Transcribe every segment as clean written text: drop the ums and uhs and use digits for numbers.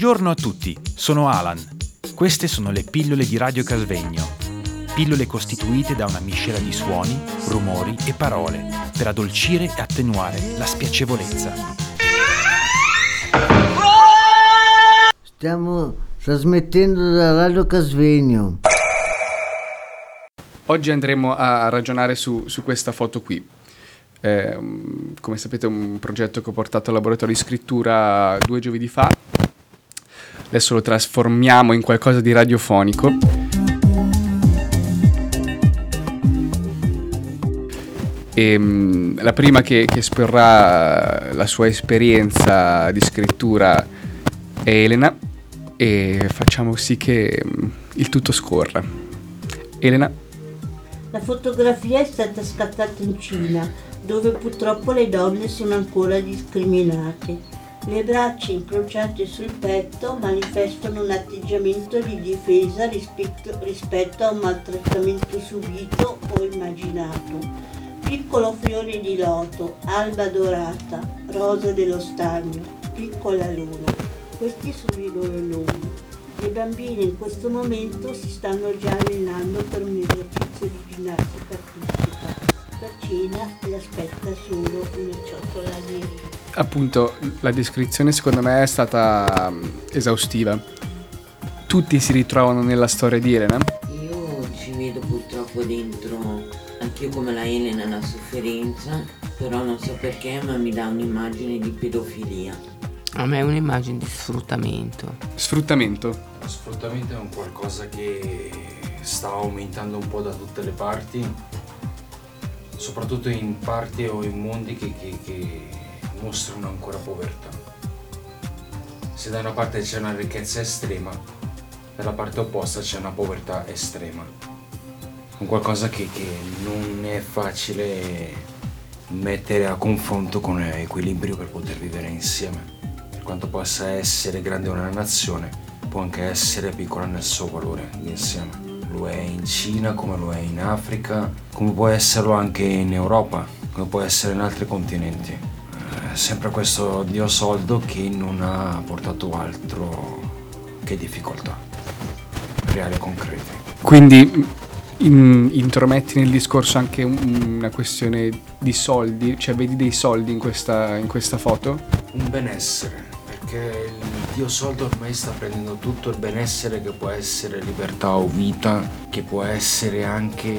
Buongiorno a tutti, sono Alan. Queste sono le pillole di Radio Casvegno. Pillole costituite da una miscela di suoni, rumori e parole per addolcire e attenuare la spiacevolezza. Stiamo trasmettendo da Radio Casvegno. Oggi andremo a ragionare su questa foto qui. Come sapete è un progetto che ho portato al laboratorio di scrittura 2 giovedì fa. Adesso lo trasformiamo in qualcosa di radiofonico. E la prima che esporrà la sua esperienza di scrittura è Elena, e facciamo sì che il tutto scorra. Elena? La fotografia è stata scattata in Cina, dove purtroppo le donne sono ancora discriminate. Le braccia incrociate sul petto manifestano un atteggiamento di difesa rispetto a un maltrattamento subito o immaginato. Piccolo fiore di loto, alba dorata, rosa dello stagno, piccola luna. Questi sono i loro nomi. Le bambine in questo momento si stanno già allenando per un esercizio di ginnastica artistica. La Cina le aspetta solo una ciotola di riso. Appunto, la descrizione secondo me è stata esaustiva. Tutti si ritrovano nella storia di Elena? Io ci vedo purtroppo dentro, anch'io come la Elena, una sofferenza, però non so perché, ma mi dà un'immagine di pedofilia. A me è un'immagine di sfruttamento. Sfruttamento? Lo sfruttamento è un qualcosa che sta aumentando un po' da tutte le parti, soprattutto in parti o in mondi che mostrano ancora povertà. Se da una parte c'è una ricchezza estrema, dalla parte opposta c'è una povertà estrema. Un qualcosa che non è facile mettere a confronto con equilibrio per poter vivere insieme. Per quanto possa essere grande una nazione, può anche essere piccola nel suo valore insieme. Lo è in Cina, come lo è in Africa, come può esserlo anche in Europa, come può essere in altri continenti. Sempre questo dio soldo che non ha portato altro che difficoltà reali e concrete. Quindi intrometti nel discorso anche una questione di soldi, cioè vedi dei soldi in questa foto? Un benessere, perché il dio soldo ormai sta prendendo tutto il benessere che può essere libertà o vita, che può essere anche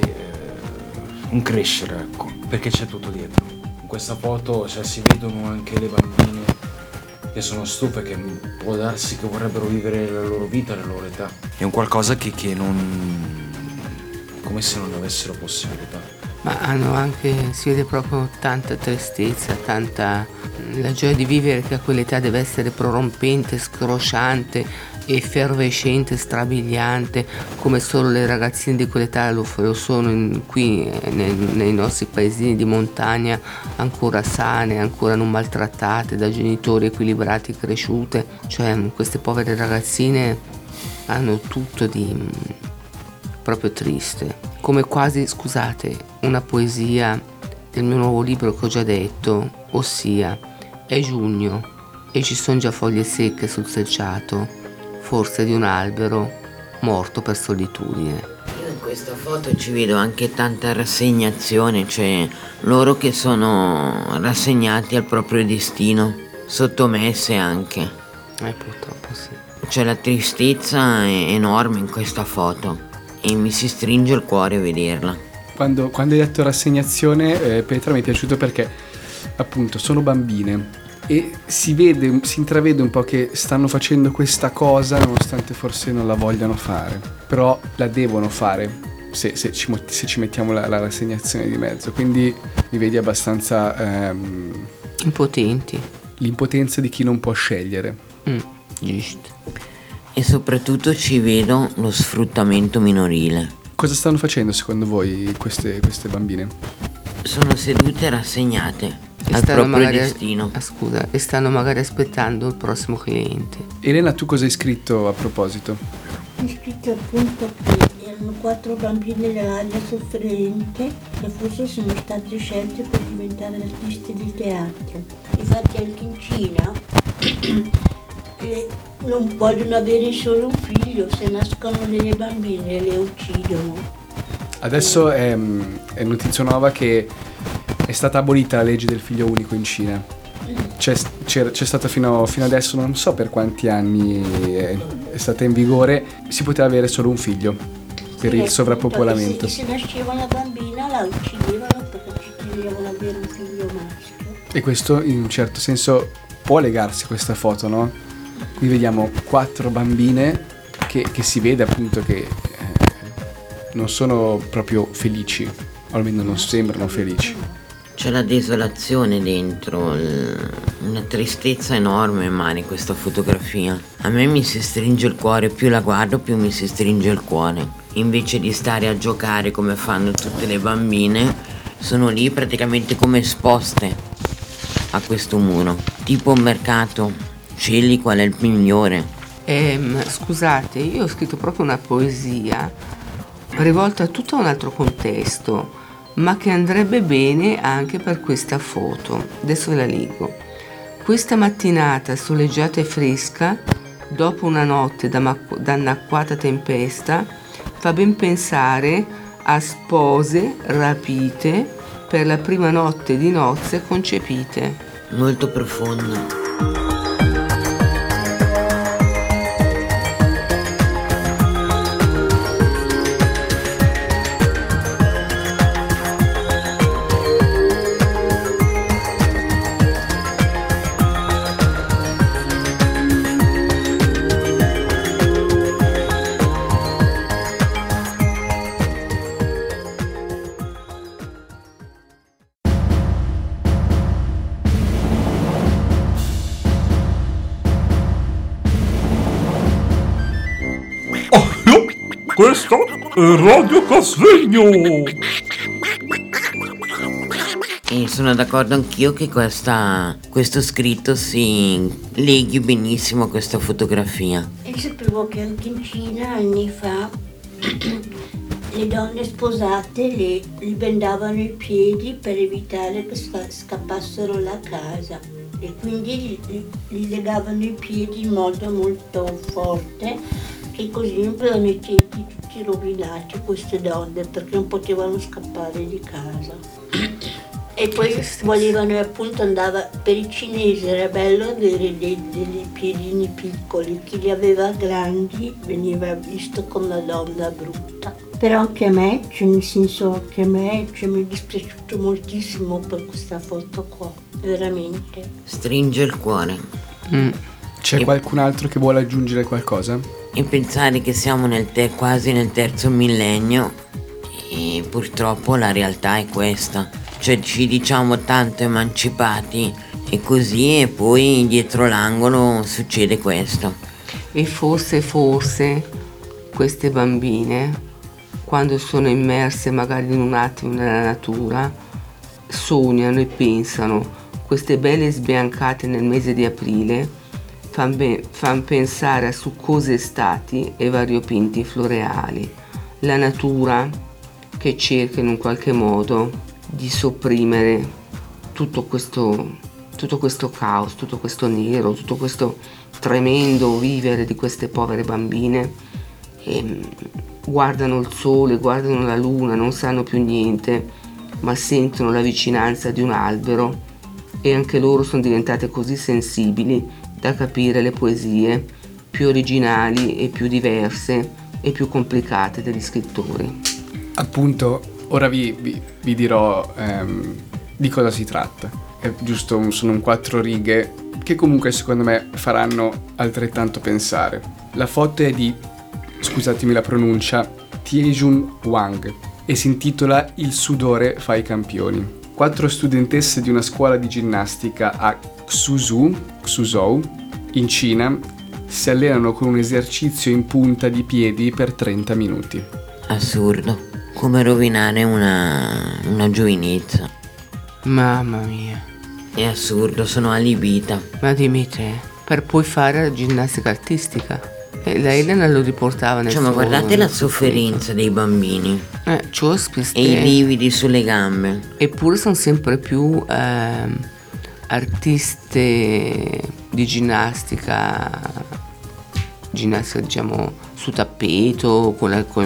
un crescere, ecco, perché c'è tutto dietro. In questa foto si vedono anche le bambine che sono stufe, che può darsi che vorrebbero vivere la loro vita, la loro età. È un qualcosa che non, come se non avessero possibilità. Ma hanno anche, si vede proprio tanta tristezza, tanta la gioia di vivere, che a quell'età deve essere prorompente, scrosciante, effervescente, strabiliante, come solo le ragazzine di quell'età lo sono qui nei nostri paesini di montagna, ancora sane, ancora non maltrattate da genitori equilibrati, cresciute. Cioè queste povere ragazzine hanno tutto di proprio triste, come quasi, scusate, una poesia del mio nuovo libro che ho già detto, ossia: è giugno e ci sono già foglie secche sul selciato, forse di un albero morto per solitudine. Io in questa foto ci vedo anche tanta rassegnazione, cioè loro che sono rassegnati al proprio destino, sottomesse anche. Purtroppo sì. C'è la tristezza è enorme in questa foto e mi si stringe il cuore a vederla. Quando hai detto rassegnazione, Petra, mi è piaciuto perché appunto sono bambine e si intravede un po' che stanno facendo questa cosa nonostante forse non la vogliano fare, però la devono fare se ci mettiamo la rassegnazione di mezzo, quindi li vedi abbastanza impotenti. L'impotenza di chi non può scegliere. Giusto. E soprattutto ci vedo lo sfruttamento minorile. Cosa stanno facendo secondo voi queste bambine? Sono sedute rassegnate al proprio destino. Scusa, e stanno magari aspettando il prossimo cliente. Elena, tu cosa hai scritto a proposito? Ho scritto appunto che erano 4 bambine dell'area sofferente che forse sono state scelte per diventare artiste di teatro. Infatti anche in Cina non vogliono avere solo un figlio, se nascono delle bambine le uccidono. Adesso è notizia nuova che è stata abolita la legge del figlio unico in Cina. C'è stata fino adesso, non so per quanti anni è stata in vigore, si poteva avere solo un figlio per il sovrappopolamento. Se nasceva una bambina la uccidevano perché ci tenevano ad avere un figlio maschio. E questo in un certo senso può legarsi a questa foto, no? Qui vediamo 4 bambine che si vede appunto che non sono proprio felici, o almeno non sembrano felici. C'è la desolazione dentro, una tristezza enorme, Mari, questa fotografia. A me mi si stringe il cuore, più la guardo più mi si stringe il cuore. Invece di stare a giocare come fanno tutte le bambine, sono lì praticamente come esposte a questo muro. Tipo un mercato, scegli qual è il migliore. Scusate, io ho scritto proprio una poesia rivolta a tutto un altro contesto, ma che andrebbe bene anche per questa foto. Adesso ve la leggo. Questa mattinata soleggiata e fresca, dopo una notte d'annacquata tempesta, fa ben pensare a spose rapite per la prima notte di nozze concepite. Molto profondo. Questo è Radio Casvegno! E sono d'accordo anch'io che questo scritto si leghi benissimo a questa fotografia. E sapevo che anche in Cina anni fa le donne sposate li bendavano i piedi per evitare che scappassero la casa e quindi li legavano i piedi in modo molto forte, che così non avevano i piedi tutti rovinati queste donne perché non potevano scappare di casa. E poi volevano, appunto, andava per i cinesi, era bello avere dei piedini piccoli, chi li aveva grandi veniva visto come una donna brutta. Però anche a me, cioè nel senso che a me mi è dispiaciuto moltissimo per questa foto qua, veramente. Stringe il cuore. C'è qualcun altro che vuole aggiungere qualcosa? E pensare che siamo quasi nel terzo millennio e purtroppo la realtà è questa. Cioè ci diciamo tanto emancipati e così, e poi dietro l'angolo succede questo. E forse queste bambine, quando sono immerse magari in un attimo nella natura, sognano e pensano, queste belle sbiancate nel mese di aprile fan pensare a succose estati e variopinti floreali. La natura che cerca in un qualche modo di sopprimere tutto questo caos, tutto questo nero, tutto questo tremendo vivere di queste povere bambine. E guardano il sole, guardano la luna, non sanno più niente, ma sentono la vicinanza di un albero e anche loro sono diventate così sensibili da capire le poesie più originali e più diverse e più complicate degli scrittori. Appunto, ora vi dirò di cosa si tratta. È giusto, sono 4 righe che comunque secondo me faranno altrettanto pensare. La foto è di, scusatemi la pronuncia, Tiejun Wang e si intitola Il sudore fa i campioni. 4 studentesse di una scuola di ginnastica a Xuzhou, in Cina, si allenano con un esercizio in punta di piedi per 30 minuti. Assurdo, come rovinare una giovinezza. Mamma mia. È assurdo, sono allibita. Ma dimmi te, per poi fare la ginnastica artistica. E la Elena lo riportava nel ma guardate la sofferenza dei bambini. E i lividi sulle gambe. Eppure sono sempre più artiste di ginnastica ginnastica diciamo su tappeto,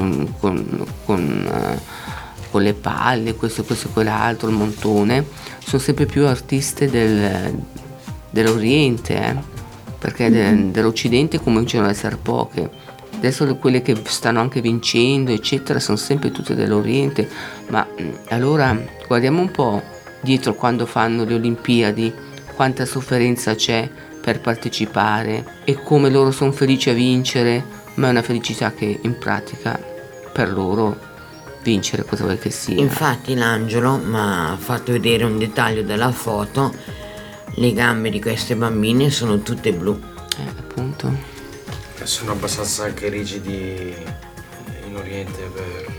con le palle, questo e quell'altro, il montone, sono sempre più artiste dell'Oriente, perché dell'Occidente cominciano ad essere poche. Adesso quelle che stanno anche vincendo, eccetera, sono sempre tutte dell'Oriente, ma allora guardiamo un po' dietro quando fanno le Olimpiadi, quanta sofferenza c'è per partecipare e come loro sono felici a vincere, ma è una felicità che in pratica per loro vincere cosa vuoi che sia. Infatti l'Angelo mi ha fatto vedere un dettaglio della foto, le gambe di queste bambine sono tutte blu. Appunto. Sono abbastanza anche rigidi in Oriente per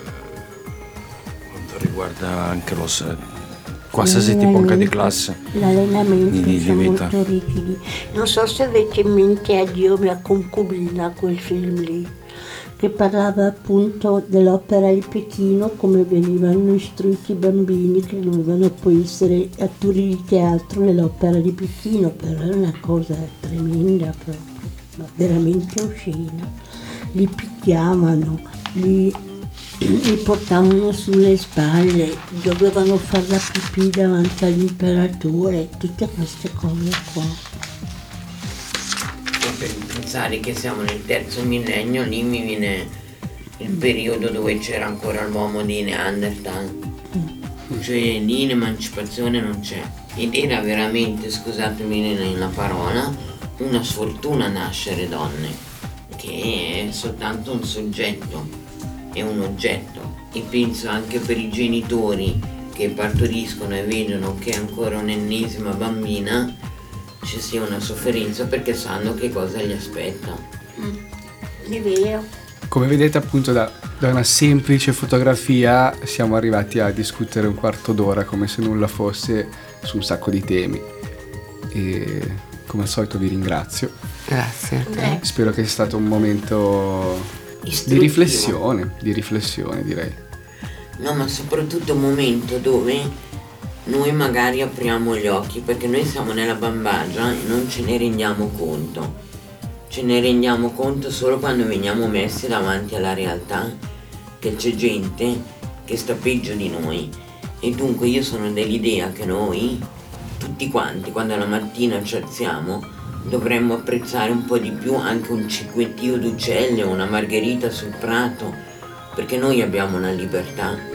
quanto riguarda anche qualsiasi tipo anche di classe. L'allenamento di sono vita. molto rigidi. Non so se avete in mente Addio mia concubina, quel film lì, che parlava appunto dell'opera di Pechino, come venivano istruiti i bambini che dovevano poi essere attori di teatro nell'opera di Pechino, però è una cosa tremenda proprio, ma veramente oscena. Li picchiavano, li portavano sulle spalle, dovevano fare la pipì davanti all'imperatore, tutte queste cose qua. Per pensare che siamo nel terzo millennio, lì mi viene il periodo dove c'era ancora l'uomo di Neanderthal, cioè lì l'emancipazione non c'è ed era veramente, scusatemi la parola, una sfortuna nascere donne, che è soltanto un soggetto, è un oggetto. E penso anche per i genitori che partoriscono e vedono che è ancora un'ennesima bambina ci sia una sofferenza, perché sanno che cosa gli aspetta. È vero. Come vedete appunto da una semplice fotografia siamo arrivati a discutere un quarto d'ora come se nulla fosse su un sacco di temi, e come al solito vi ringrazio. Grazie a te. Spero che sia stato un momento di Istruttivo. riflessione direi. No, ma soprattutto un momento dove noi magari apriamo gli occhi, perché noi siamo nella bambagia e non ce ne rendiamo conto. Ce ne rendiamo conto solo quando veniamo messi davanti alla realtà che c'è gente che sta peggio di noi. E dunque io sono dell'idea che noi, tutti quanti, quando la mattina ci alziamo, dovremmo apprezzare un po' di più anche un cinguettio d'uccelli o una margherita sul prato, perché noi abbiamo una libertà.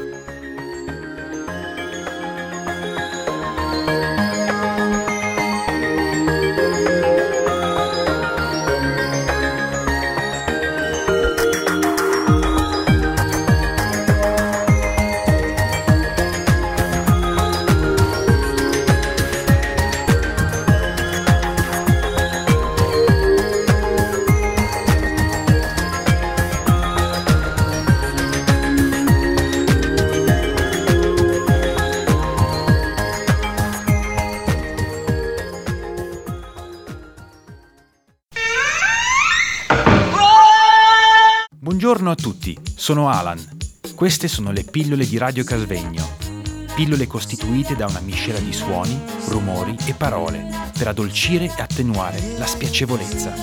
Buongiorno a tutti, sono Alan. Queste sono le pillole di Radio Casvegno. Pillole costituite da una miscela di suoni, rumori e parole per addolcire e attenuare la spiacevolezza.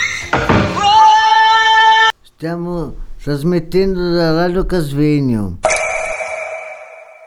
Stiamo trasmettendo da Radio Casvegno.